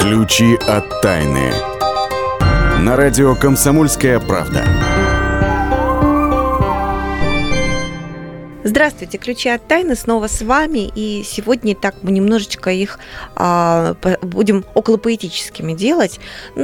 Ключи от тайны. На радио «Комсомольская правда». Здравствуйте, «Ключи от тайны» снова с вами. И сегодня так мы немножечко их будем околопоэтическими делать.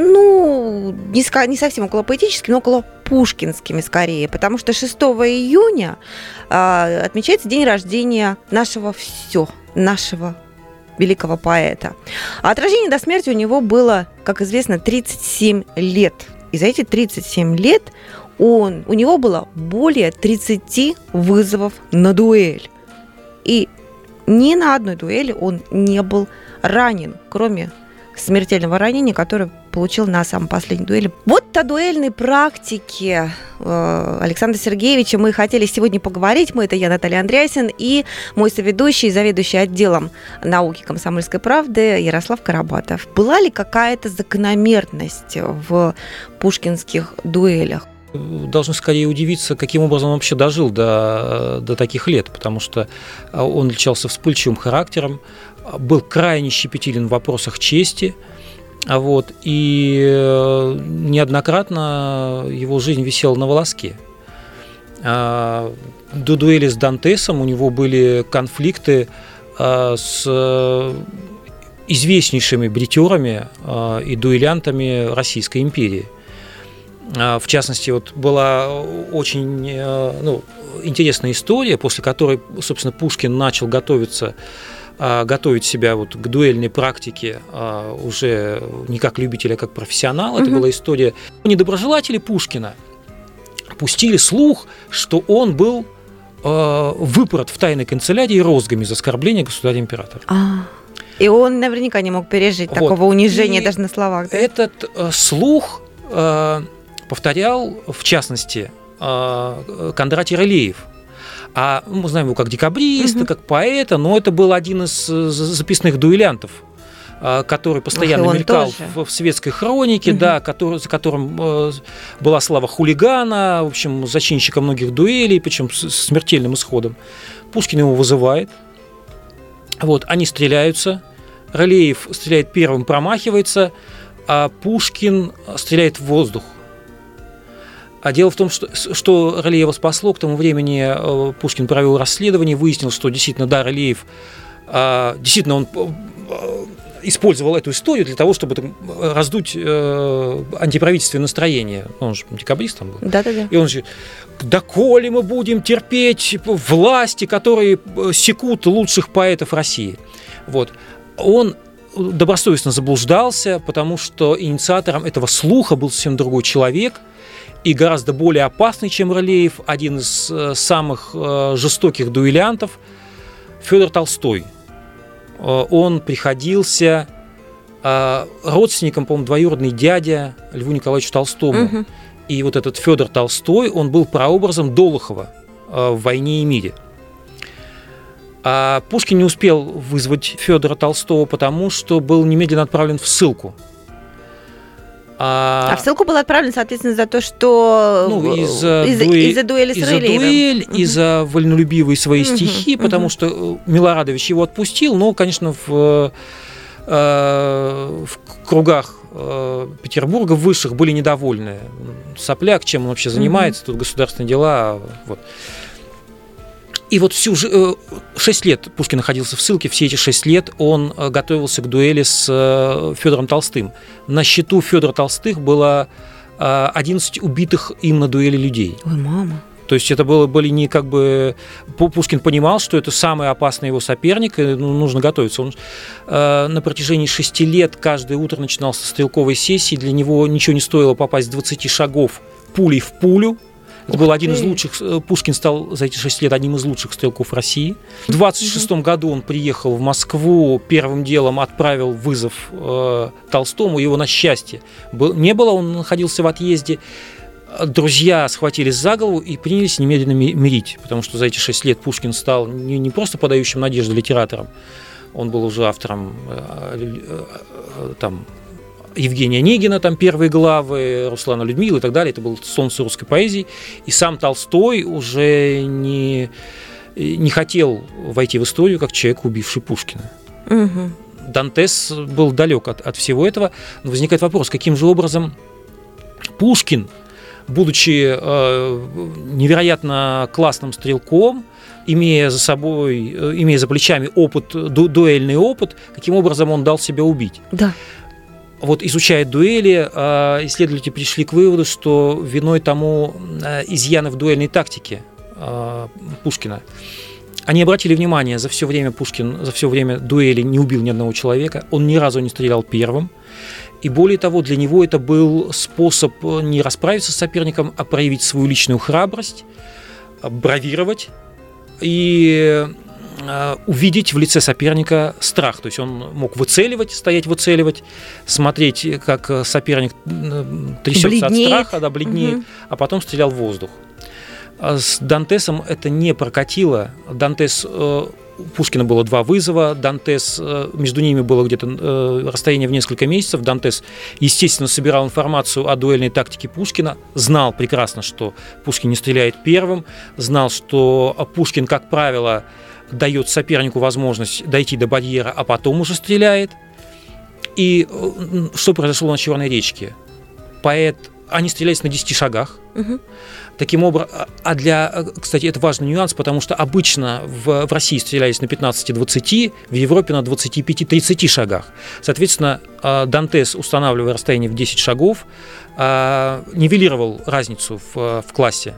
Не совсем околопоэтическими, но около пушкинскими скорее. Потому что 6 июня отмечается день рождения нашего великого поэта. А от рождения до смерти у него было, как известно, 37 лет. И за эти 37 лет у него было более 30 вызовов на дуэль. И ни на одной дуэли он не был ранен, кроме смертельного ранения, которое получил на самой последней дуэли. Вот о дуэльной практике Александра Сергеевича мы хотели сегодня поговорить. Это я, Наталья Андреасин, и мой соведущий, заведующий отделом науки «Комсомольской правды» Ярослав Карабатов. Была ли какая-то закономерность в пушкинских дуэлях? Должны скорее удивиться, каким образом он вообще дожил до таких лет, потому что он отличался вспыльчивым характером, был крайне щепетилен в вопросах чести, и неоднократно его жизнь висела на волоске. До дуэли с Дантесом у него были конфликты с известнейшими бритерами и дуэлянтами Российской империи. В частности, была очень интересная история, после которой, собственно, Пушкин начал готовить себя к дуэльной практике уже не как любитель, а как профессионал. Это была история. Недоброжелатели Пушкина пустили слух, что он был выпорот в тайной канцелярии розгами за оскорбление государя-императора. И он наверняка не мог пережить такого унижения даже на словах. Да? Этот слух повторял, в частности, Кондратий Рылеев. А мы знаем его как декабриста, как поэта, но это был один из записных дуэлянтов, который постоянно мелькал в светской хронике, за которым была слава хулигана, в общем, зачинщика многих дуэлей, причем с смертельным исходом. Пушкин его вызывает, они стреляются, Рылеев стреляет первым, промахивается, а Пушкин стреляет в воздух. А дело в том, что Рылеева спасло. К тому времени Пушкин провел расследование, выяснил, что действительно, Рылеев, действительно, он использовал эту историю для того, чтобы раздуть антиправительственное настроение. Он же декабристом был. Да. И он же: доколе мы будем терпеть власти, которые секут лучших поэтов России. Он добросовестно заблуждался, потому что инициатором этого слуха был совсем другой человек, и гораздо более опасный, чем Рылеев, один из самых жестоких дуэлянтов, Фёдор Толстой. Он приходился родственником, по-моему, двоюродный дядя Льву Николаевичу Толстому. И этот Фёдор Толстой, он был прообразом Долохова в «Войне и мире». А Пушкин не успел вызвать Фёдора Толстого, потому что был немедленно отправлен в ссылку. А в ссылку был отправлен, соответственно, за то, что из-за дуэли с Рылеевым. И за вольнолюбивые свои стихи, потому что Милорадович его отпустил, но, конечно, в кругах Петербурга высших были недовольны. Сопляк, чем он вообще занимается, тут государственные дела. И 6 лет Пушкин находился в ссылке, все эти 6 лет он готовился к дуэли с Фёдором Толстым. На счету Фёдора Толстых было 11 убитых им на дуэли людей. Ой, мама. То есть это были не Пушкин понимал, что это самый опасный его соперник, и нужно готовиться. Он на протяжении 6 лет каждое утро начинал со стрелковой сессии, для него ничего не стоило попасть с 20 шагов пулей в пулю. Это был один из лучших, Пушкин стал за эти 6 лет одним из лучших стрелков России. В 26 году он приехал в Москву, первым делом отправил вызов Толстому, его на счастье не было, он находился в отъезде. Друзья схватились за голову и принялись немедленно мирить, потому что за эти 6 лет Пушкин стал не просто подающим надежды литератором, он был уже автором Евгения Онегина, первые главы, Руслана Людмилы и так далее. Это было солнце русской поэзии. И сам Толстой уже не хотел войти в историю как человек, убивший Пушкина. Дантес был далек от всего этого. Но возникает вопрос, каким же образом Пушкин, будучи невероятно классным стрелком, имея за плечами дуэльный опыт, каким образом он дал себя убить? Да. Вот, изучая дуэли, исследователи пришли к выводу, что виной тому изъяны в дуэльной тактике Пушкина. Они обратили внимание, Пушкин за все время дуэли не убил ни одного человека, он ни разу не стрелял первым. И более того, для него это был способ не расправиться с соперником, а проявить свою личную храбрость, бравировать и увидеть в лице соперника страх. То есть он мог стоять выцеливать, смотреть, как соперник трясется от страха, бледнеет, а потом стрелял в воздух. С Дантесом это не прокатило. У Пушкина было 2 вызова. Между ними было где-то расстояние в несколько месяцев. Дантес, естественно, собирал информацию о дуэльной тактике Пушкина, знал прекрасно, что Пушкин не стреляет первым, знал, что Пушкин, как правило, дает сопернику возможность дойти до барьера, а потом уже стреляет. И что произошло на Черной речке? Они стрелялись на 10 шагах. Таким образом, кстати, это важный нюанс, потому что обычно в России стрелялись на 15-20, в Европе на 25-30 шагах. Соответственно, Дантес, устанавливая расстояние в 10 шагов, нивелировал разницу в классе.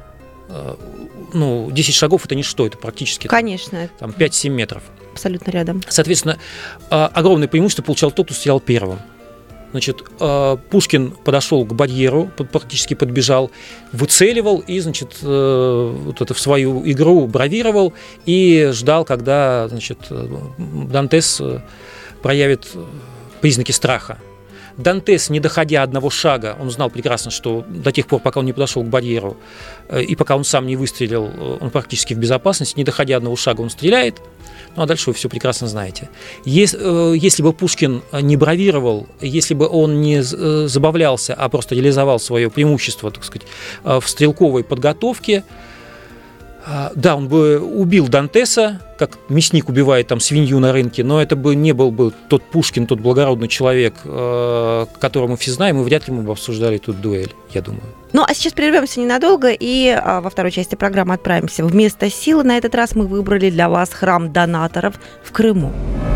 10 шагов – это ничто, это практически конечно. 5-7 метров. Абсолютно рядом. Соответственно, огромное преимущество получал тот, кто стрелял первым. Значит, Пушкин подошел к барьеру, практически подбежал, выцеливал и, значит, вот это в свою игру бравировал и ждал, когда, значит, Дантес проявит признаки страха. Дантес, не доходя одного шага, он знал прекрасно, что до тех пор, пока он не подошел к барьеру и пока он сам не выстрелил, он практически в безопасности, не доходя одного шага, он стреляет. Ну, а дальше вы все прекрасно знаете. Если бы Пушкин не бравировал, если бы он не забавлялся, а просто реализовал свое преимущество, так сказать, в стрелковой подготовке, да, он бы убил Дантеса, как мясник убивает там свинью на рынке, но это бы не был бы тот Пушкин, тот благородный человек, которого мы все знаем, и вряд ли мы бы обсуждали тут дуэль, я думаю. Ну, а сейчас прервемся ненадолго и во второй части программы отправимся в место силы. На этот раз мы выбрали для вас храм донаторов в Крыму.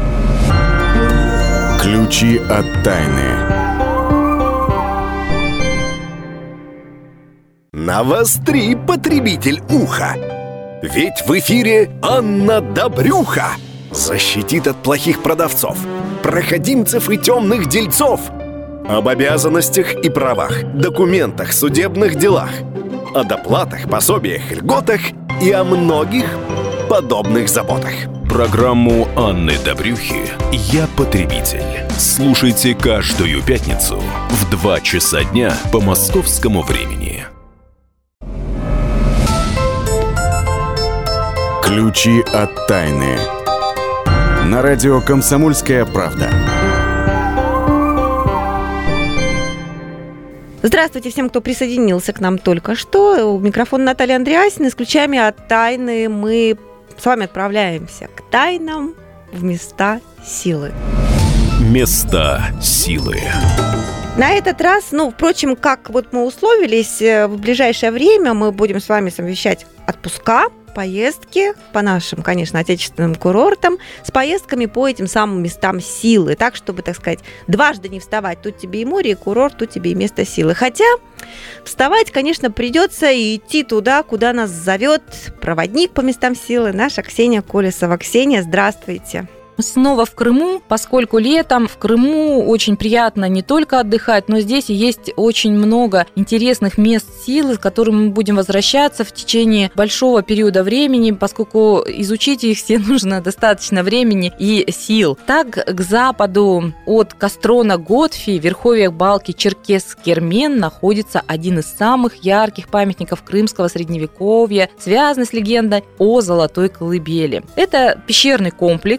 Ключи от тайны. Навостри, потребитель уха! Ведь в эфире Анна Добрюха защитит от плохих продавцов, проходимцев и темных дельцов. Об обязанностях и правах, документах, судебных делах, о доплатах, пособиях, льготах и о многих подобных заботах. Программу Анны Добрюхи «Я потребитель». Слушайте каждую пятницу в 2 часа дня по московскому времени. Ключи от тайны. На радио «Комсомольская правда». Здравствуйте всем, кто присоединился к нам только что. У микрофона Наталья Андреасина. С ключами от тайны мы с вами отправляемся к тайнам в места силы. Места силы. На этот раз, впрочем, как вот мы условились, в ближайшее время мы будем с вами совмещать отпуска, поездки по нашим, конечно, отечественным курортам с поездками по этим самым местам силы, так, чтобы, так сказать, дважды не вставать. Тут тебе и море, и курорт, тут тебе и место силы. Хотя вставать, конечно, придется и идти туда, куда нас зовет проводник по местам силы, наша Ксения Колесова. Ксения, здравствуйте. Снова в Крыму, поскольку летом в Крыму очень приятно не только отдыхать, но здесь и есть очень много интересных мест силы, с которыми мы будем возвращаться в течение большого периода времени, поскольку изучить их все нужно достаточно времени и сил. Так, к западу от Кострона Готфи, в верховьях балки Черкесск-Кермен, находится один из самых ярких памятников крымского средневековья, связанный с легендой о Золотой колыбели. Это пещерный комплекс,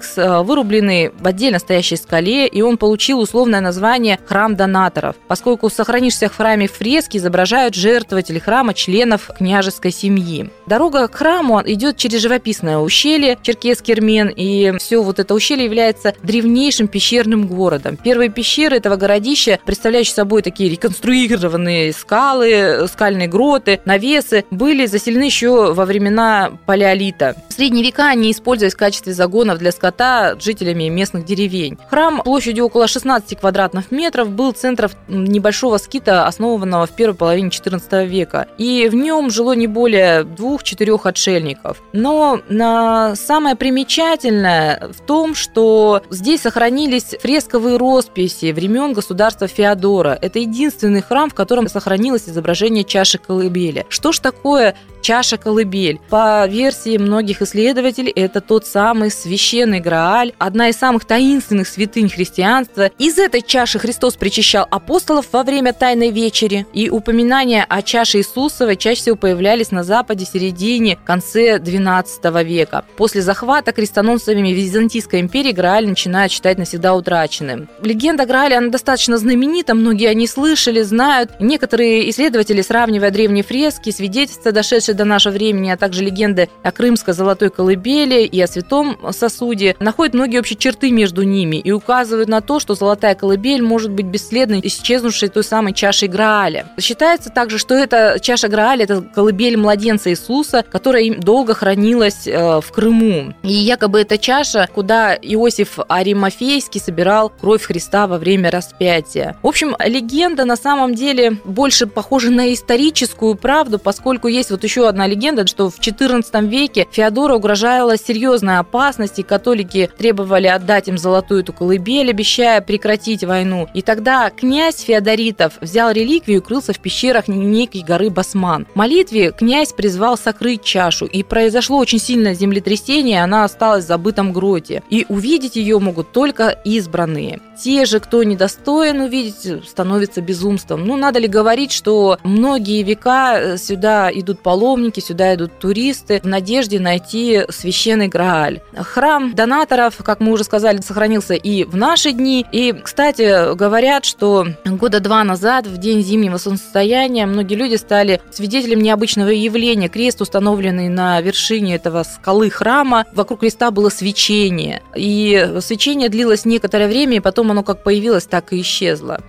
вырубленный в отдельно стоящей скале, и он получил условное название «Храм донаторов», поскольку сохранившиеся в храме фрески изображают жертвователей храма членов княжеской семьи. Дорога к храму идет через живописное ущелье Черкес-Кермен, и все вот это ущелье является древнейшим пещерным городом. Первые пещеры этого городища, представляющие собой такие реконструированные скалы, скальные гроты, навесы, были заселены еще во времена палеолита. В средние века они использовались в качестве загонов для скота жителями местных деревень. Храм площадью около 16 квадратных метров был центром небольшого скита, основанного в первой половине XIV века. И в нем жило не более 2-4 отшельников. Но самое примечательное в том, что здесь сохранились фресковые росписи времен государства Феодора. Это единственный храм, в котором сохранилось изображение чаши колыбели. Что ж такое чаша-колыбель? По версии многих исследователей, это тот самый священный Грааль, одна из самых таинственных святынь христианства. Из этой чаши Христос причащал апостолов во время Тайной вечери, и упоминания о чаше Иисусовой чаще всего появлялись на Западе в середине, конце XII века. После захвата крестоносцами Византийской империи Грааль начинают считать навсегда утраченным. Легенда Грааля, она достаточно знаменита, многие о ней слышали, знают. Некоторые исследователи, сравнивая древние фрески, свидетельства, дошедшие до нашего времени, а также легенды о крымской золотой колыбели и о святом сосуде, находят многие общие черты между ними и указывают на то, что золотая колыбель может быть бесследно исчезнувшей той самой чашей Грааля. Считается также, что эта чаша Грааля – это колыбель младенца Иисуса, которая долго хранилась в Крыму. И якобы эта чаша, куда Иосиф Аримафейский собирал кровь Христа во время распятия. В общем, легенда на самом деле больше похожа на историческую правду, поскольку есть вот еще одна легенда, что в XIV веке Феодору угрожала серьезная опасность, и католики требовали отдать им золотую эту колыбель, обещая прекратить войну. И тогда князь Феодоритов взял реликвию и укрылся в пещерах некой горы Басман. В молитве князь призвал сокрыть чашу, и произошло очень сильное землетрясение, она осталась в забытом гроте. И увидеть ее могут только избранные. Те же, кто недостоин увидеть, становится безумством. Надо ли говорить, что многие века сюда идут паломники, сюда идут туристы в надежде найти священный Грааль. Храм донаторов, как мы уже сказали, сохранился и в наши дни. И, кстати, говорят, что года 2 назад, в день зимнего солнцестояния, многие люди стали свидетелем необычного явления. Крест, установленный на вершине этого скалы храма, вокруг креста было свечение. И свечение длилось некоторое время, и потом оно как появилось, так и исчезло.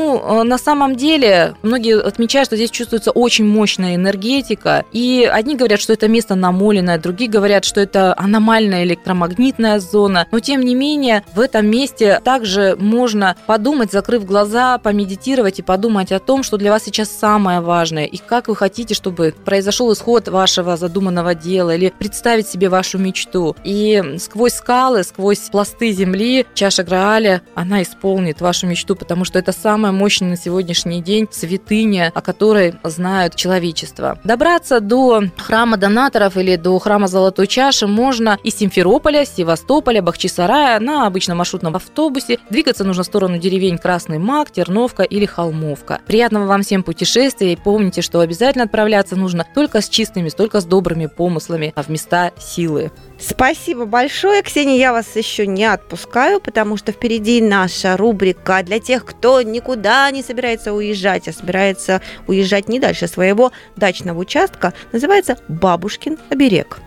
На самом деле, многие отмечают, что здесь чувствуется очень мощная энергетика. И одни говорят, что это место намоленное, другие говорят, что это аномальная электромагнитная зона. Но, тем не менее, в этом месте также можно подумать, закрыв глаза, помедитировать и подумать о том, что для вас сейчас самое важное, и как вы хотите, чтобы произошел исход вашего задуманного дела, или представить себе вашу мечту. И сквозь скалы, сквозь пласты земли чаша Грааля, она исполнит вашу мечту, потому что это самая мощная на сегодняшний день святыня, о которой знают человечество. Добраться до храма донаторов или до храма Золотой чаши можно из Симферополя, Севастополя, Бахчисарая на обычном маршрутном автобусе. Двигаться нужно в сторону деревень Красный Мак, Терновка или Холмовка. Приятного вам всем путешествия, и помните, что обязательно отправляться нужно только с чистыми, только с добрыми помыслами, в места силы. Спасибо большое, Ксения, я вас еще не отпускаю, потому что впереди наша рубрика для тех, кто никуда не собирается уезжать, а собирается уезжать не дальше своего дачного участка, называется «Бабушкин оберег».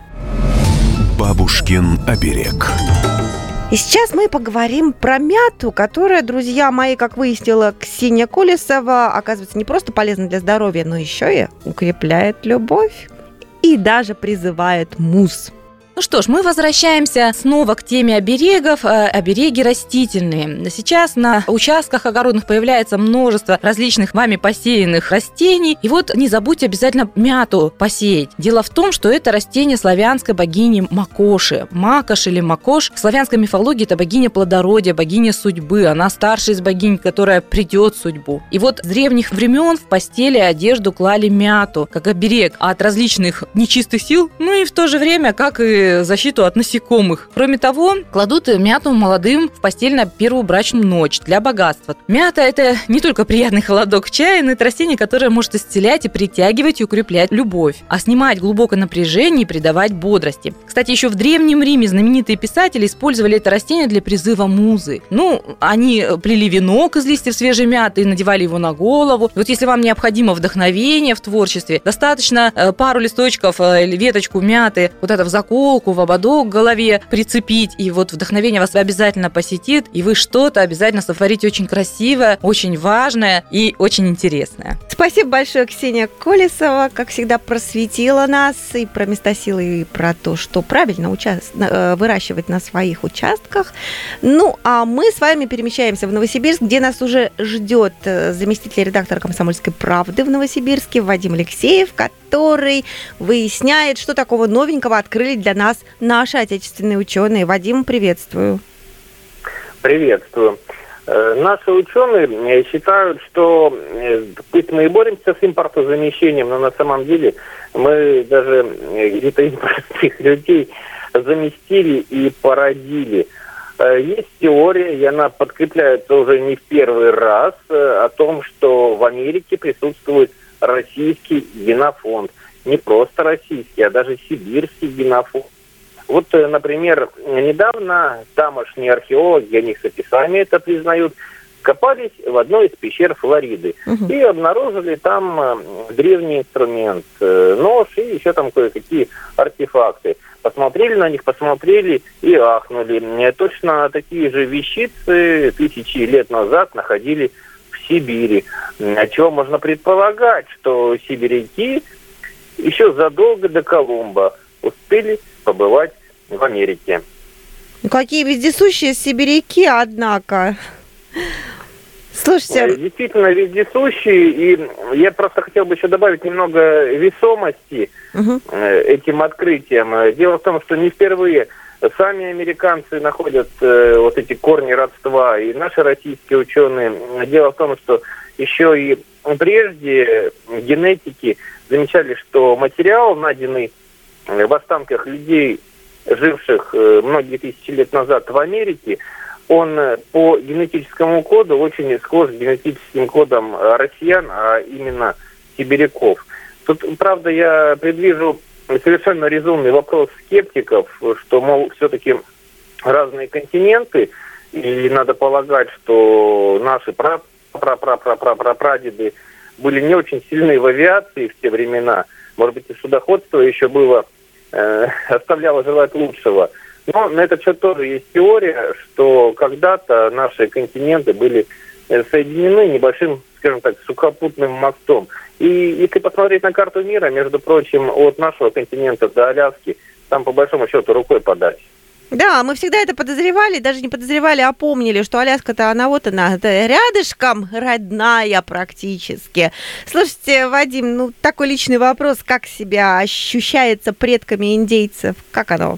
Бабушкин оберег. И сейчас мы поговорим про мяту, которая, друзья мои, как выяснила Ксения Колесова, оказывается не просто полезна для здоровья, но еще и укрепляет любовь и даже призывает муз. Ну что ж, мы возвращаемся снова к теме оберегов. Обереги растительные. Сейчас на участках огородных появляется множество различных вами посеянных растений. И вот не забудьте обязательно мяту посеять. Дело в том, что это растение славянской богини Макоши. Макош или Макош. В славянской мифологии это богиня плодородия, богиня судьбы. Она старшая из богинь, которая придет в судьбу. И вот с древних времен в постели и одежду клали мяту, как оберег от различных нечистых сил. Ну и в то же время, как и и защиту от насекомых. Кроме того, кладут мяту молодым в постель на первую брачную ночь для богатства. Мята – это не только приятный холодок в чае, но и растение, которое может исцелять и притягивать и укреплять любовь, а снимать глубокое напряжение и придавать бодрости. Кстати, еще в Древнем Риме знаменитые писатели использовали это растение для призыва музы. Они плели венок из листьев свежей мяты и надевали его на голову. Вот если вам необходимо вдохновение в творчестве, достаточно пару листочков или веточку мяты вот это в заколку, в ободок к голове прицепить, и вот вдохновение вас обязательно посетит, и вы что-то обязательно сотворите очень красивое, очень важное и очень интересное. Спасибо большое, Ксения Колесова. Как всегда, просветила нас и про местосилы, и про то, что правильно выращивать на своих участках. А мы с вами перемещаемся в Новосибирск, где нас уже ждет заместитель редактора «Комсомольской правды» в Новосибирске Вадим Алексеев, который выясняет, что такого новенького открыли для нас наши отечественные ученые. Вадим, приветствую. Приветствую. Наши ученые считают, что пусть мы и боремся с импортозамещением, но на самом деле мы даже где-то импортных людей заместили и породили. Есть теория, и она подкрепляется уже не в первый раз, о том, что в Америке присутствует российский генофонд. Не просто российский, а даже сибирский генофонд. Вот, например, недавно тамошние археологи, они, кстати, сами это признают, копались в одной из пещер Флориды и обнаружили там древний инструмент, нож и еще там кое-какие артефакты. Посмотрели на них, и ахнули. Точно такие же вещицы тысячи лет назад находили в Сибири. Отчего можно предполагать, что сибиряки еще задолго до Колумба успели побывать в Америке. Какие вездесущие сибиряки, однако. Слушайте... Действительно вездесущие, и я просто хотел бы еще добавить немного весомости этим открытиям. Дело в том, что не впервые сами американцы находят вот эти корни родства, и наши российские ученые. Дело в том, что еще и прежде генетики замечали, что материал, найденный в останках людей, живших многие тысячи лет назад в Америке, он по генетическому коду очень схож с генетическим кодом россиян, а именно сибиряков. Тут, правда, я предвижу совершенно резонный вопрос скептиков, что, мол, все-таки разные континенты, и надо полагать, что наши прадеды были не очень сильны в авиации в те времена. Может быть, и судоходство еще было, оставляло желать лучшего. Но на этот счет тоже есть теория, что когда-то наши континенты были соединены небольшим, скажем так, сухопутным мостом. И если посмотреть на карту мира, между прочим, от нашего континента до Аляски, там по большому счету рукой подать. Да, мы всегда это подозревали, даже не подозревали, а помнили, что Аляска-то она рядышком, родная практически. Слушайте, Вадим, такой личный вопрос, как себя ощущается предками индейцев, как оно?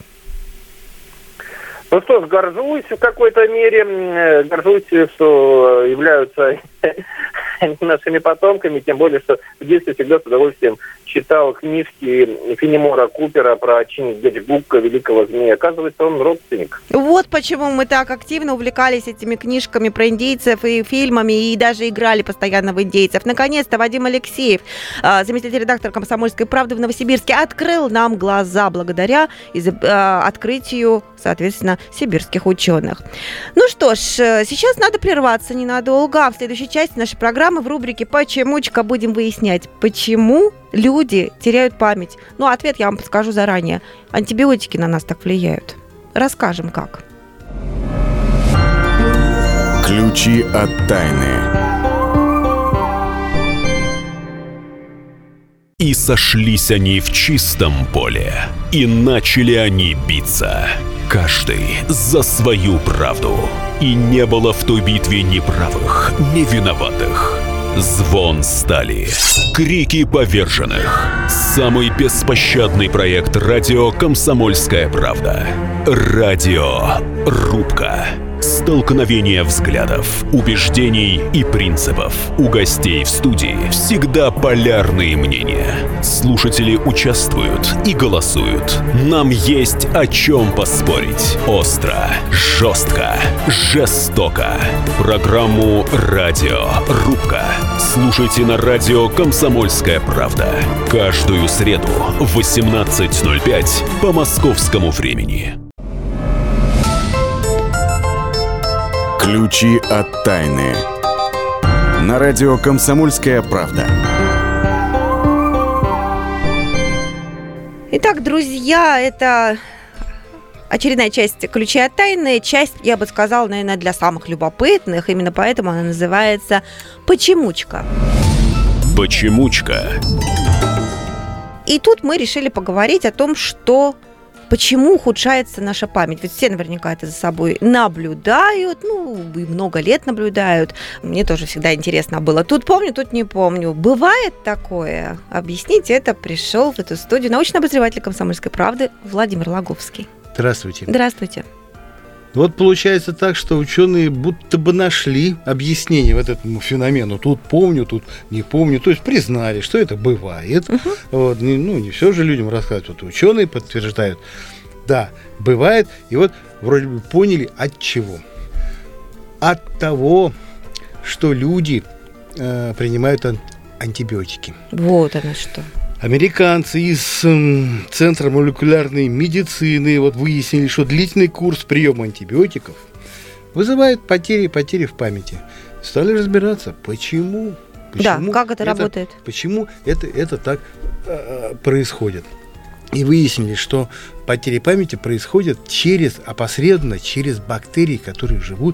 Ну что ж, горжусь в какой-то мере, горжусь, что являются нашими потомками, тем более, что в детстве всегда с удовольствием читал книжки Фенемора Купера про Чингачгука, великого змея. Оказывается, он родственник. Вот почему мы так активно увлекались этими книжками про индейцев и фильмами, и даже играли постоянно в индейцев. Наконец-то Вадим Алексеев, заместитель редактора «Комсомольской правды» в Новосибирске, открыл нам глаза благодаря открытию, соответственно, сибирских ученых. Ну что ж, сейчас надо прерваться ненадолго, а в следующей части нашей программы в рубрике «Почемучка» будем выяснять, почему люди теряют память. Ответ я вам подскажу заранее. Антибиотики на нас так влияют. Расскажем, как. Ключи от тайны. И сошлись они в чистом поле, и начали они биться, каждый за свою правду. И не было в той битве ни правых, ни виноватых. Звон стали, крики поверженных. Самый беспощадный проект радио «Комсомольская правда». Радиорубка. Столкновение взглядов, убеждений и принципов. У гостей в студии всегда полярные мнения. Слушатели участвуют и голосуют. Нам есть о чем поспорить. Остро, жестко, жестоко. Программу «Радио Рубка» слушайте на радио «Комсомольская правда». Каждую среду в 18:05 по московскому времени. Ключи от тайны. На радио «Комсомольская правда». Итак, друзья, это очередная часть «Ключи от тайны». Часть, я бы сказала, наверное, для самых любопытных. Именно поэтому она называется «Почемучка». Почемучка. И тут мы решили поговорить о том, почему ухудшается наша память. Ведь все наверняка это за собой наблюдают, и много лет наблюдают. Мне тоже всегда интересно было. Тут помню, тут не помню. Бывает такое? Объяснить это пришел в эту студию научный обозреватель «Комсомольской правды» Владимир Логовский. Здравствуйте. Здравствуйте. Вот получается так, что ученые будто бы нашли объяснение вот этому феномену. Тут помню, тут не помню. То есть признали, что это бывает. Вот, не все же людям рассказывают. Вот ученые подтверждают. Да, бывает. И вот вроде бы поняли от чего. От того, что люди принимают антибиотики. Вот оно что. Американцы из Центра молекулярной медицины выяснили, что длительный курс приема антибиотиков вызывает потери в памяти. Стали разбираться, почему как это работает. Почему это так происходит. И выяснили, что потери памяти происходят опосредованно через бактерии, которые живут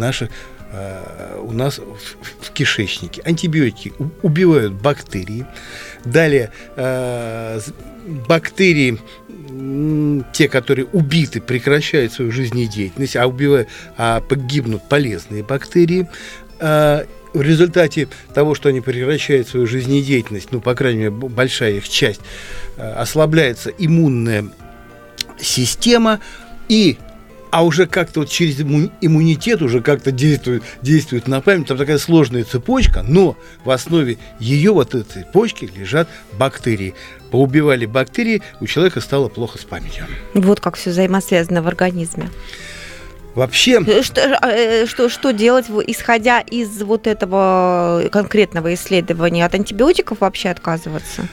у нас в кишечнике. Антибиотики убивают бактерии. Далее бактерии, те, которые убиты, прекращают свою жизнедеятельность, а погибнут полезные бактерии. В результате того, что они прекращают свою жизнедеятельность, по крайней мере, большая их часть, ослабляется иммунная система, а уже как-то через иммунитет уже как-то действует на память. Там такая сложная цепочка, но в основе ее этой цепочки лежат бактерии. Поубивали бактерии, у человека стало плохо с памятью. Вот как все взаимосвязано в организме. Вообще... Что делать, исходя из этого конкретного исследования? От антибиотиков вообще отказываться?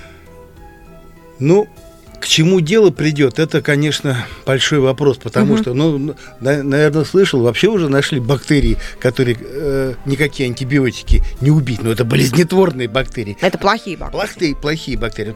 К чему дело придет, это, конечно, большой вопрос, потому что, наверное, слышал, вообще уже нашли бактерии, которые никакие антибиотики не убить, но это болезнетворные бактерии. Это плохие бактерии. Плохие бактерии.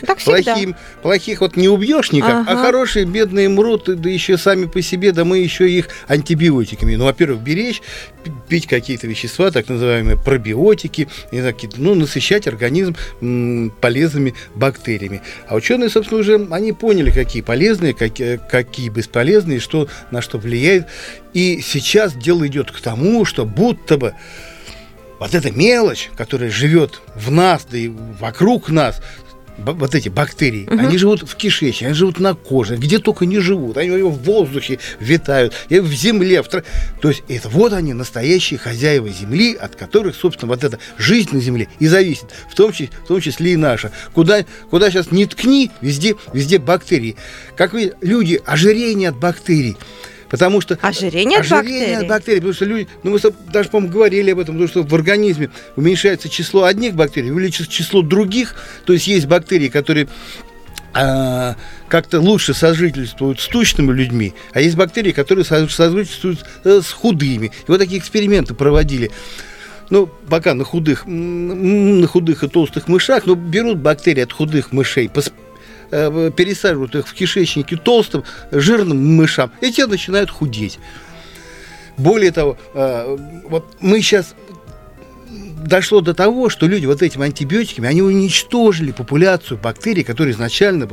Плохих не убьешь никак, а хорошие, бедные мрут, да еще сами по себе, да мы еще их антибиотиками. Во-первых, беречь, пить какие-то вещества, так называемые пробиотики, насыщать организм полезными бактериями. А ученые, собственно, уже они поняли, какие полезные, какие бесполезные, на что влияет. И сейчас дело идет к тому, что будто бы вот эта мелочь, которая живет в нас, да и вокруг нас, вот эти бактерии, они живут в кишечнике, они живут на коже, где только не живут. Они в воздухе витают, и в земле. То есть это они настоящие хозяева земли, от которых, собственно, эта жизнь на земле и зависит, в том числе и наша. Куда сейчас ни ткни, везде бактерии. Как вы, люди, ожирение от бактерий. Потому что ожирение от бактерий, потому что люди, мы даже, по-моему, говорили об этом, потому что в организме уменьшается число одних бактерий, увеличивается число других, то есть бактерии, которые как-то лучше сожительствуют с тучными людьми, а есть бактерии, которые сожительствуют с худыми. И такие эксперименты проводили. Пока на худых и толстых мышах, берут бактерии от худых мышей, пересаживают их в кишечнике толстым, жирным мышам, и те начинают худеть. Более того, мы сейчас дошло до того, что люди этими антибиотиками, они уничтожили популяцию бактерий, которая изначально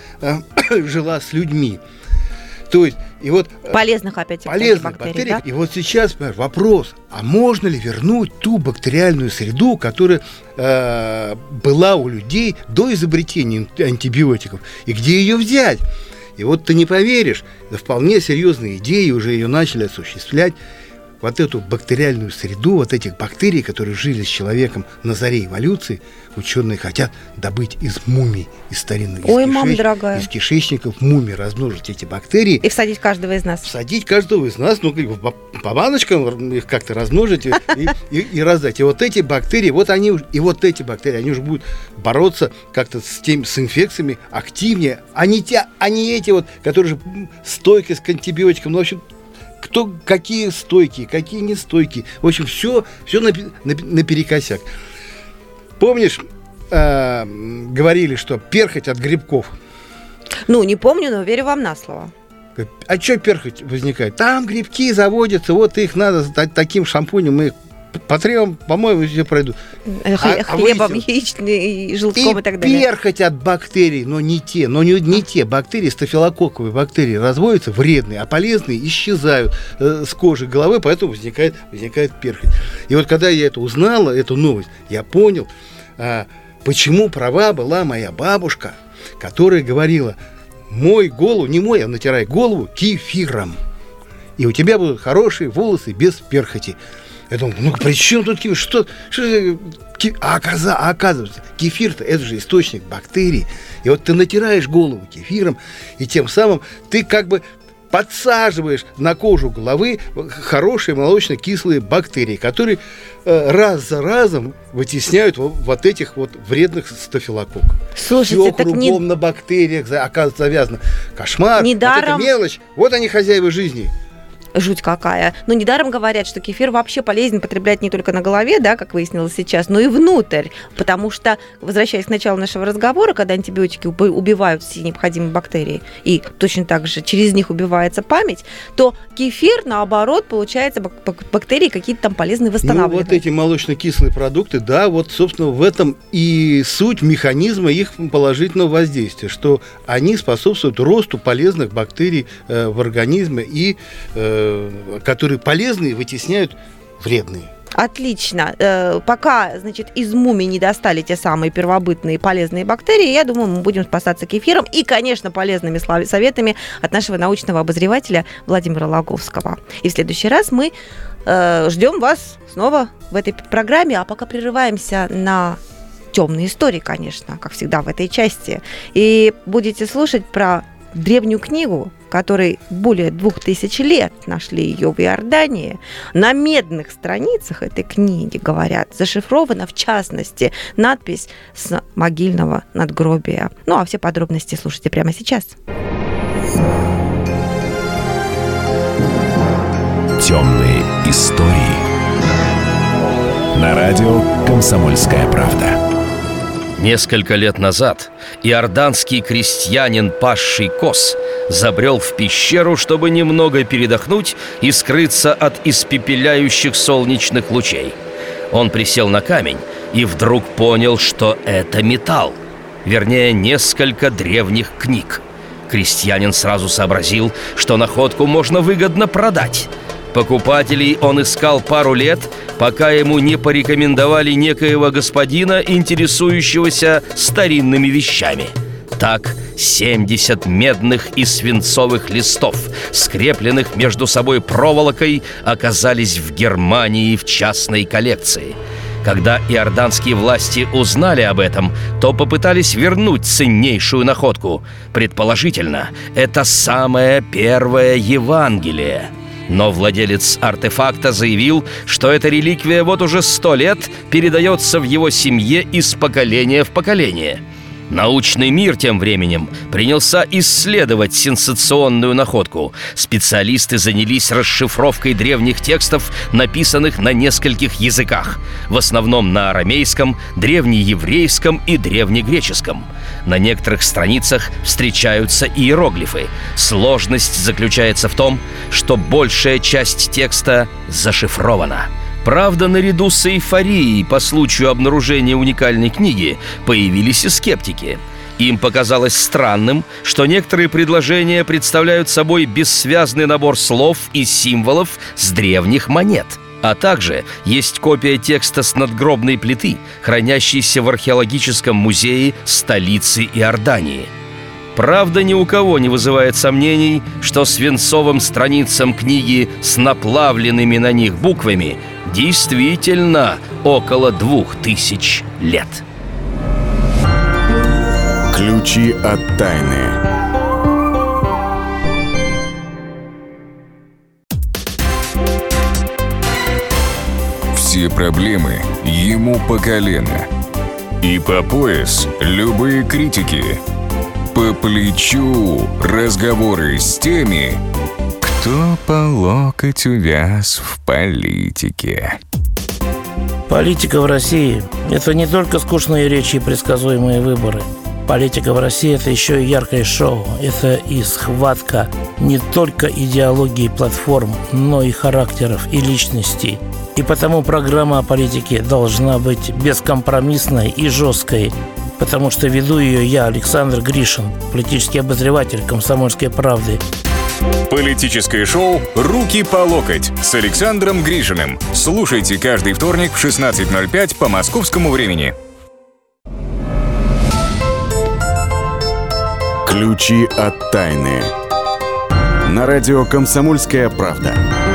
жила с людьми. То есть, полезных бактерий, да? И сейчас вопрос, а можно ли вернуть ту бактериальную среду, которая была у людей до изобретения антибиотиков, и где ее взять? И вот ты не поверишь, это вполне серьезные идеи, уже ее начали осуществлять. Вот эту бактериальную среду, вот этих бактерий, которые жили с человеком на заре эволюции, ученые хотят добыть из мумий, из старинных, из кишечников мумий, размножить эти бактерии. И всадить каждого из нас. Всадить каждого из нас, ну, по баночкам их как-то размножить и раздать. И вот эти бактерии, эти бактерии, они уже будут бороться как-то с инфекциями активнее, а не эти вот, которые же стойки к антибиотикам, ну, в общем, какие стойкие, какие не стойкие. В общем, все наперекосяк. Помнишь, говорили, что перхоть от грибков? Ну, не помню, но верю вам на слово. А что перхоть возникает? Там грибки заводятся, вот их надо таким шампунем, мы их потрем, по-моему, все пройдут. Хлебом, яичным, желтком и так далее. И перхоть от бактерий, но не те бактерии, стафилококковые бактерии разводятся, вредные, а полезные исчезают с кожи головы, поэтому возникает перхоть. И вот когда я это узнала, эту новость, я понял, почему права была моя бабушка, которая говорила: мой голову, не мой, а натирай голову кефиром, и у тебя будут хорошие волосы без перхоти. Я думал, ну при чем тут кефир? Что оказывается, кефир-то это же источник бактерий. И вот ты натираешь голову кефиром, и тем самым ты как бы подсаживаешь на кожу головы хорошие молочно-кислые бактерии, которые раз за разом вытесняют вот этих вот вредных стафилококков. Слушайте, все кругом на бактериях оказывается завязано. Кошмар, недаром... вот это мелочь, вот они хозяева жизни. Жуть какая. Но недаром говорят, что кефир вообще полезен потреблять не только на голове, да, как выяснилось сейчас, но и внутрь. Потому что, возвращаясь к началу нашего разговора, когда антибиотики убивают все необходимые бактерии, и точно так же через них убивается память, то кефир, наоборот, получается, бактерии какие-то там полезные восстанавливают. Ну, вот эти молочно-кислые продукты, да, вот, собственно, в этом и суть механизма их положительного воздействия, что они способствуют росту полезных бактерий в организме и которые полезные вытесняют вредные. Отлично. Пока, значит, из мумий не достали те самые первобытные полезные бактерии, я думаю, мы будем спасаться кефиром и, конечно, полезными советами от нашего научного обозревателя Владимира Логовского. И в следующий раз мы ждем вас снова в этой программе, а пока прерываемся на темные истории, конечно, как всегда в этой части. И будете слушать про древнюю книгу, которой более 2000 лет, нашли ее в Иордании. На медных страницах этой книги, говорят, зашифрована, в частности, надпись с могильного надгробия. Ну, а все подробности слушайте прямо сейчас. Темные истории. На радио «Комсомольская правда». Несколько лет назад иорданский крестьянин, пасший коз, забрел в пещеру, чтобы немного передохнуть и скрыться от испепеляющих солнечных лучей. Он присел на камень и вдруг понял, что это металл, вернее, несколько древних книг. Крестьянин сразу сообразил, что находку можно выгодно продать. Покупателей он искал пару лет, пока ему не порекомендовали некоего господина, интересующегося старинными вещами. Так 70 медных и свинцовых листов, скрепленных между собой проволокой, оказались в Германии в частной коллекции. Когда иорданские власти узнали об этом, то попытались вернуть ценнейшую находку. Предположительно, это самое первое Евангелие. Но владелец артефакта заявил, что эта реликвия вот уже 100 лет передается в его семье из поколения в поколение. Научный мир тем временем принялся исследовать сенсационную находку. Специалисты занялись расшифровкой древних текстов, написанных на нескольких языках. В основном на арамейском, древнееврейском и древнегреческом. На некоторых страницах встречаются иероглифы. Сложность заключается в том, что большая часть текста зашифрована. Правда, наряду с эйфорией по случаю обнаружения уникальной книги появились и скептики. Им показалось странным, что некоторые предложения представляют собой бессвязный набор слов и символов с древних монет. А также есть копия текста с надгробной плиты, хранящейся в археологическом музее столицы Иордании. Правда, ни у кого не вызывает сомнений, что свинцовым страницам книги с наплавленными на них буквами действительно около 2000 лет. Ключи от тайны. Все проблемы ему по колено. И по пояс любые критики. По плечу разговоры с теми, кто по локоть увяз в политике. Политика в России – это не только скучные речи и предсказуемые выборы. Политика в России – это еще и яркое шоу. Это и схватка не только идеологии платформ, но и характеров и личностей. И потому программа о политике должна быть бескомпромиссной и жесткой, потому что веду ее я, Александр Гришин, политический обозреватель «Комсомольской правды». Политическое шоу «Руки по локоть» с Александром Гришиным. Слушайте каждый вторник в 16:05 по московскому времени. Ключи от тайны. На радио «Комсомольская правда».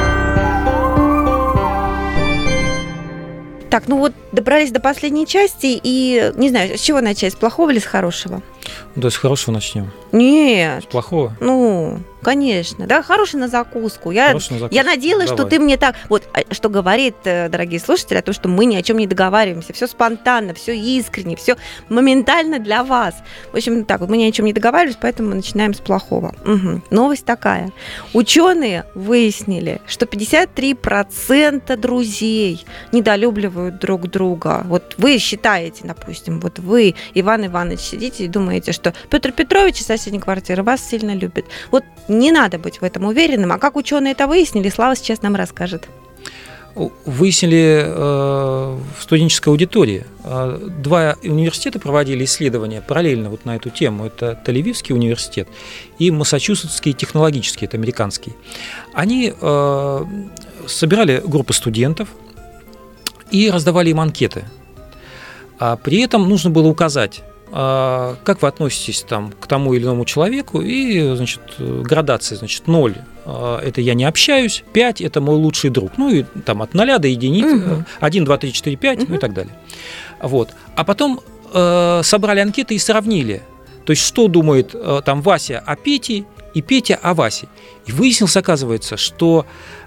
Так, ну вот добрались до последней части, и не знаю, с чего начать, с плохого или с хорошего? Да, с хорошего начнем. Нет. С плохого? Ну, конечно. Да, хороший на закуску. Я надеялась, Давай. что ты мне так... Вот, что говорит, дорогие слушатели, о том, что мы ни о чем не договариваемся. Все спонтанно, все искренне, все моментально для вас. В общем, так вот, мы ни о чем не договаривались, поэтому мы начинаем с плохого. Угу. Новость такая. Ученые выяснили, что 53% друзей недолюбливают друг друга. Вот вы считаете, допустим, вот вы, Иван Иванович, сидите и думаете, что Петр Петрович из соседней квартиры вас сильно любит. Вот не надо быть в этом уверенным. А как ученые это выяснили, Слава сейчас нам расскажет. Выяснили в студенческой аудитории. Два университета проводили исследования параллельно вот на эту тему. Это Тель-Авивский университет и Массачусетский технологический, это американский. Они собирали группы студентов и раздавали им анкеты. А при этом нужно было указать, как вы относитесь там, к тому или иному человеку, и, значит, градация, значит, 0 – это я не общаюсь, 5 – это мой лучший друг, ну и там от 0 до единицы, 1, 2, 3, 4, 5, ну и так далее. Вот. А потом собрали анкеты и сравнили, то есть что думает там Вася о Пете и Петя о Васе. И выяснилось, оказывается, что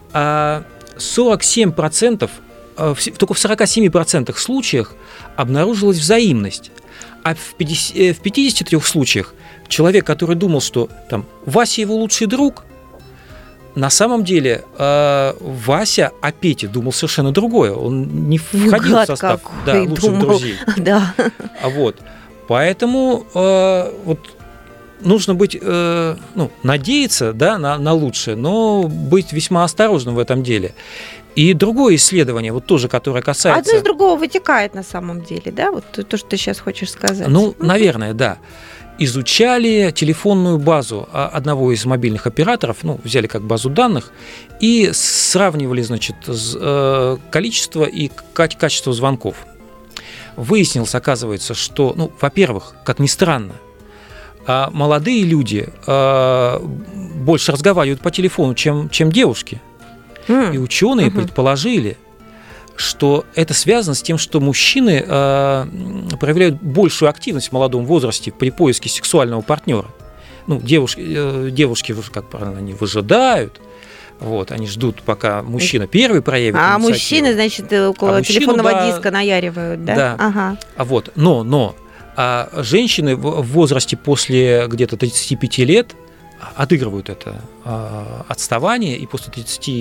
47%, только в 47% случаях обнаружилась взаимность. А в 53 случаях человек, который думал, что там Вася его лучший друг, на самом деле Вася о Пете думал совершенно другое. Он не входил в состав лучших друзей. Да. Вот. Поэтому вот нужно быть, надеяться, да, на лучшее, но быть весьма осторожным в этом деле. И другое исследование, вот тоже, которое касается... Одно из другого вытекает на самом деле, да? Вот то, что ты сейчас хочешь сказать. Ну, наверное, да. Изучали телефонную базу одного из мобильных операторов, взяли как базу данных, и сравнивали, значит, количество и качество звонков. Выяснилось, оказывается, что, во-первых, как ни странно, молодые люди больше разговаривают по телефону, чем девушки. И ученые предположили, что это связано с тем, что мужчины проявляют большую активность в молодом возрасте при поиске сексуального партнера. Девушки, как правило, они выжидают. Вот, они ждут, пока мужчина первый проявит инициативу. А мужчины, значит, около телефонного диска наяривают, да? Да. Ага. Но женщины в возрасте после где-то 35 лет отыгрывают это отставание, и после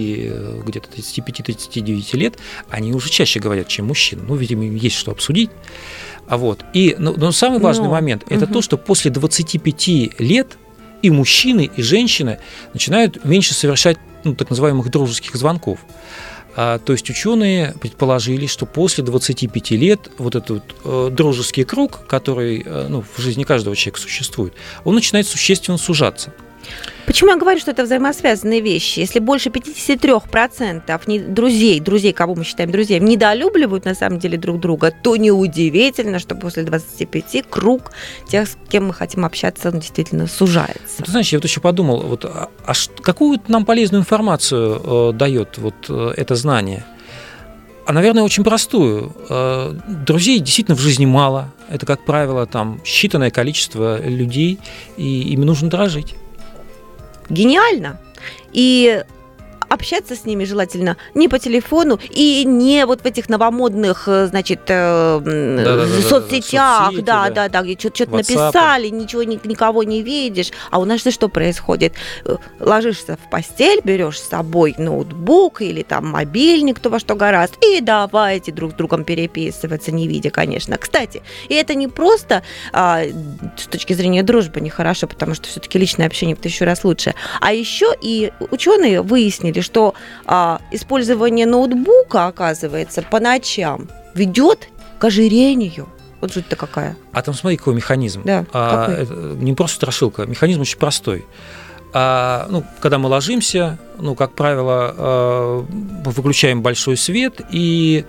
35-39 лет они уже чаще говорят, чем мужчины. Видимо, им есть что обсудить. Но самый важный момент – это то, что после 25 лет и мужчины, и женщины начинают меньше совершать так называемых дружеских звонков. То есть ученые предположили, что после 25 лет вот этот дружеский круг, который в жизни каждого человека существует, он начинает существенно сужаться. Почему я говорю, что это взаимосвязанные вещи? Если больше 53% друзей, кого мы считаем друзьями, недолюбливают на самом деле друг друга, то неудивительно, что после 25 круг тех, с кем мы хотим общаться, он действительно сужается. Ты знаешь, я вот еще подумал, какую нам полезную информацию дает это знание? А, наверное, очень простую. Друзей действительно в жизни мало. Это, как правило, там считанное количество людей, и ими нужно дорожить. Гениально. И общаться с ними желательно не по телефону и не вот в этих новомодных, значит, соцсетях, где что-то написали, ничего, никого не видишь. А у нас что происходит? Ложишься в постель, берешь с собой ноутбук или там мобильник, кто во что гораст, и давайте друг с другом переписываться, не видя, конечно. Кстати, и это не просто с точки зрения дружбы нехорошо, потому что все-таки личное общение в 1000 раз лучше, а еще и ученые выяснили, что использование ноутбука, оказывается, по ночам ведет к ожирению. Вот жуть-то какая. А там смотри, какой механизм. Да, какой? Не просто страшилка, механизм очень простой. Когда мы ложимся, как правило, мы выключаем большой свет, и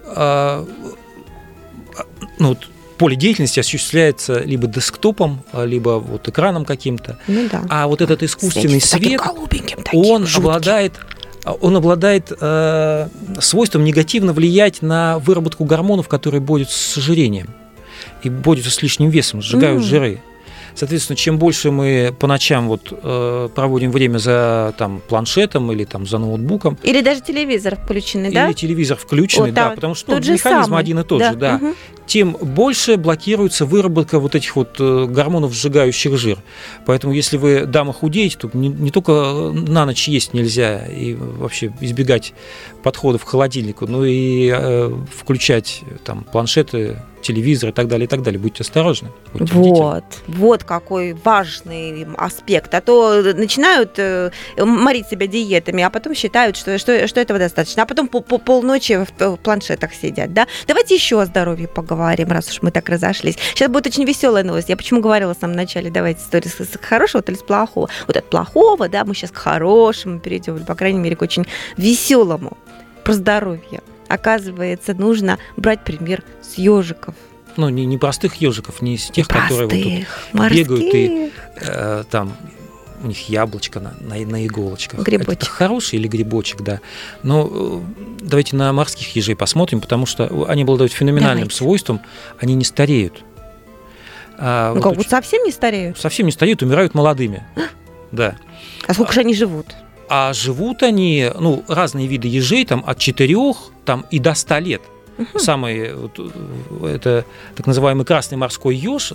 поле деятельности осуществляется либо десктопом, либо экраном каким-то. Да. А вот этот искусственный свет, он обладает свойством негативно влиять на выработку гормонов, которые борются с ожирением и борются с лишним весом, сжигают жиры. Соответственно, чем больше мы по ночам проводим время за планшетом или за ноутбуком. Или даже телевизор включенный, да? Или телевизор включенный, да, потому что механизм один и тот же, да. Угу. Тем больше блокируется выработка этих гормонов, сжигающих жир. Поэтому, если вы, дама, худеете, то не только на ночь есть нельзя и вообще избегать подходов к холодильнику, но и включать планшеты, телевизор и так далее, и так далее. Будьте осторожны. Будьте вот какой важный аспект. А то начинают морить себя диетами, а потом считают, что этого достаточно. А потом полночи в планшетах сидят. Да? Давайте еще о здоровье поговорим, раз уж мы так разошлись. Сейчас будет очень веселая новость. Я почему говорила в самом начале, давайте историю с хорошего или с плохого. Вот от плохого, да, мы сейчас к хорошему перейдем, по крайней мере, к очень веселому. Про здоровье. Оказывается, нужно брать пример с ежиков. Не простых ежиков, не из тех, которые морских. Бегают и у них яблочко на иголочках. Грибочек. Это хороший или грибочек, да. Но давайте на морских ежей посмотрим, потому что они обладают феноменальным свойством, они не стареют. Совсем не стареют? Совсем не стареют, умирают молодыми. Да. А сколько же они живут? А живут они, разные виды ежей, от 4 и до 100 лет. Угу. Самый, это так называемый красный морской еж,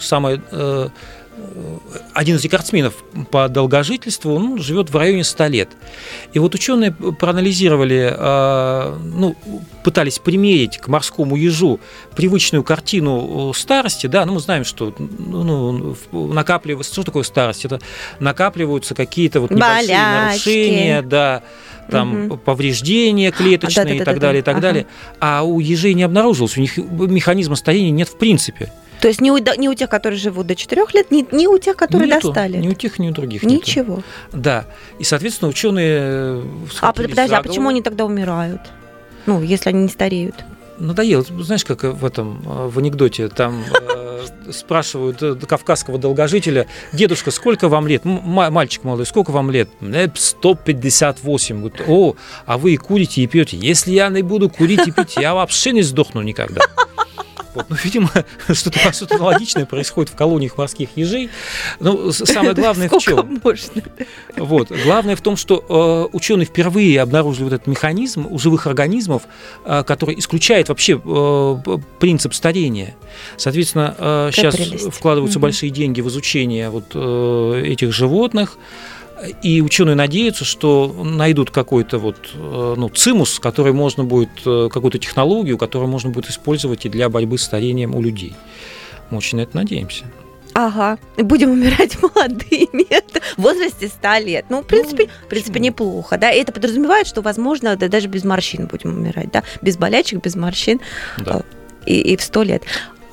один из рекордсменов по долгожительству, живет в районе 100 лет. И ученые проанализировали, пытались примерить к морскому ежу привычную картину старости. Да, мы знаем, что накапливается, что такое старость? Это накапливаются какие-то небольшие нарушения, да, повреждения клеточные и так далее, и так далее. А у ежей не обнаружилось, у них механизма старения нет в принципе. То есть не у тех, которые живут до 4 лет, не у тех, которые до 100 лет? Ни у тех, ни у других. Ничего. Нету. Да. И, соответственно, ученые... Подожди, а почему они тогда умирают? Если они не стареют? Надоело. Знаешь, как в анекдоте, там спрашивают кавказского долгожителя: дедушка, сколько вам лет? Мальчик молодой, сколько вам лет? 158. Говорит: о, а вы и курите, и пьете. Если я не буду курить и пить, я вообще не сдохну никогда. Видимо, что-то аналогичное происходит в колониях морских ежей. Самое главное в чем? Главное в том, что ученые впервые обнаружили этот механизм у живых организмов, который исключает вообще принцип старения. Соответственно, сейчас вкладываются большие деньги в изучение этих животных. И ученые надеются, что найдут какой-то цимус, который можно будет, какую-то технологию, которую можно будет использовать и для борьбы с старением у людей. Мы очень на это надеемся. Ага. Будем умирать молодыми в возрасте 100 лет. В принципе, неплохо. Да? И это подразумевает, что, возможно, даже без морщин будем умирать. Да? Без болячек, без морщин. Да. И в 100 лет.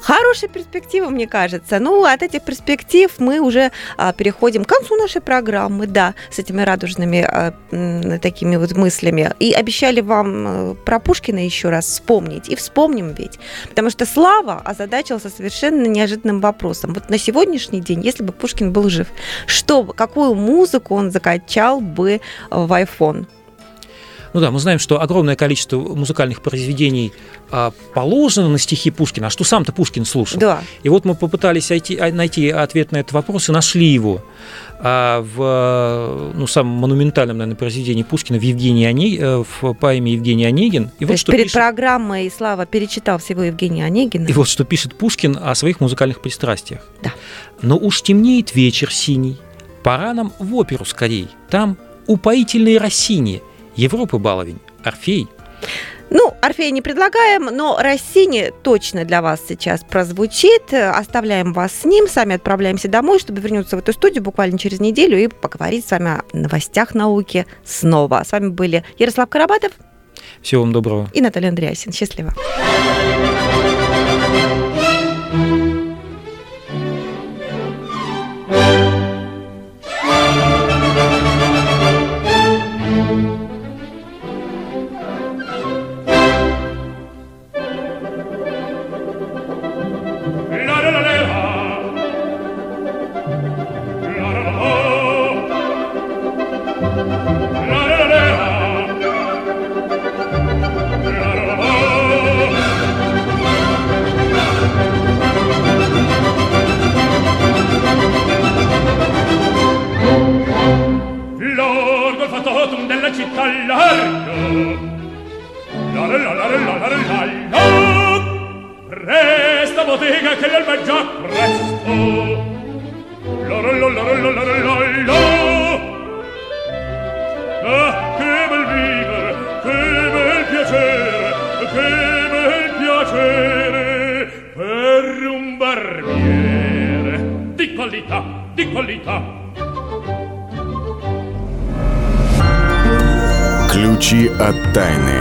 Хорошие перспективы, мне кажется. Ну, от этих перспектив мы уже переходим к концу нашей программы, да, с этими радужными такими вот мыслями. И обещали вам про Пушкина еще раз вспомнить. И вспомним ведь. Потому что Слава озадачился совершенно неожиданным вопросом. Вот на сегодняшний день, если бы Пушкин был жив, какую музыку он закачал бы в iPhone? Ну да, мы знаем, что огромное количество музыкальных произведений положено на стихи Пушкина, а что сам-то Пушкин слушал. Да. И вот мы попытались найти ответ на этот вопрос и нашли его в самом монументальном, наверное, произведении Пушкина в поэме «Евгений Онегин». И вот, перед программой Слава перечитал всего Евгения Онегина. И вот что пишет Пушкин о своих музыкальных пристрастиях. Да. «Но уж темнеет вечер синий, пора нам в оперу скорей, там упоительные Россини, Европы баловень, Орфей». Ну, Орфея не предлагаем, но Россини точно для вас сейчас прозвучит. Оставляем вас с ним, сами отправляемся домой, чтобы вернуться в эту студию буквально через неделю и поговорить с вами о новостях науки снова. С вами были Ярослав Карабатов. Всего вам доброго. И Наталья Андреасин. Счастливо. Resta bottega che l'albergia presto. Ah, che bel vivere, che bel piacere per un barbiere di qualità, di qualità. Ключи от тайны.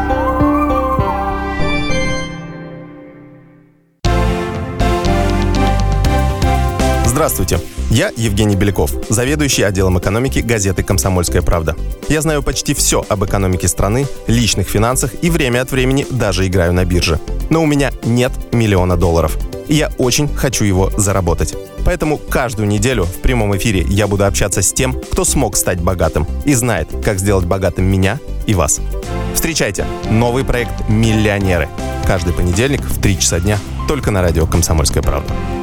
Здравствуйте, я Евгений Беляков, заведующий отделом экономики газеты «Комсомольская правда». Я знаю почти все об экономике страны, личных финансах и время от времени даже играю на бирже. Но у меня нет $1 миллиона. И я очень хочу его заработать. Поэтому каждую неделю в прямом эфире я буду общаться с тем, кто смог стать богатым и знает, как сделать богатым меня и вас. Встречайте новый проект «Миллионеры». Каждый понедельник в 3 часа дня только на радио «Комсомольская правда».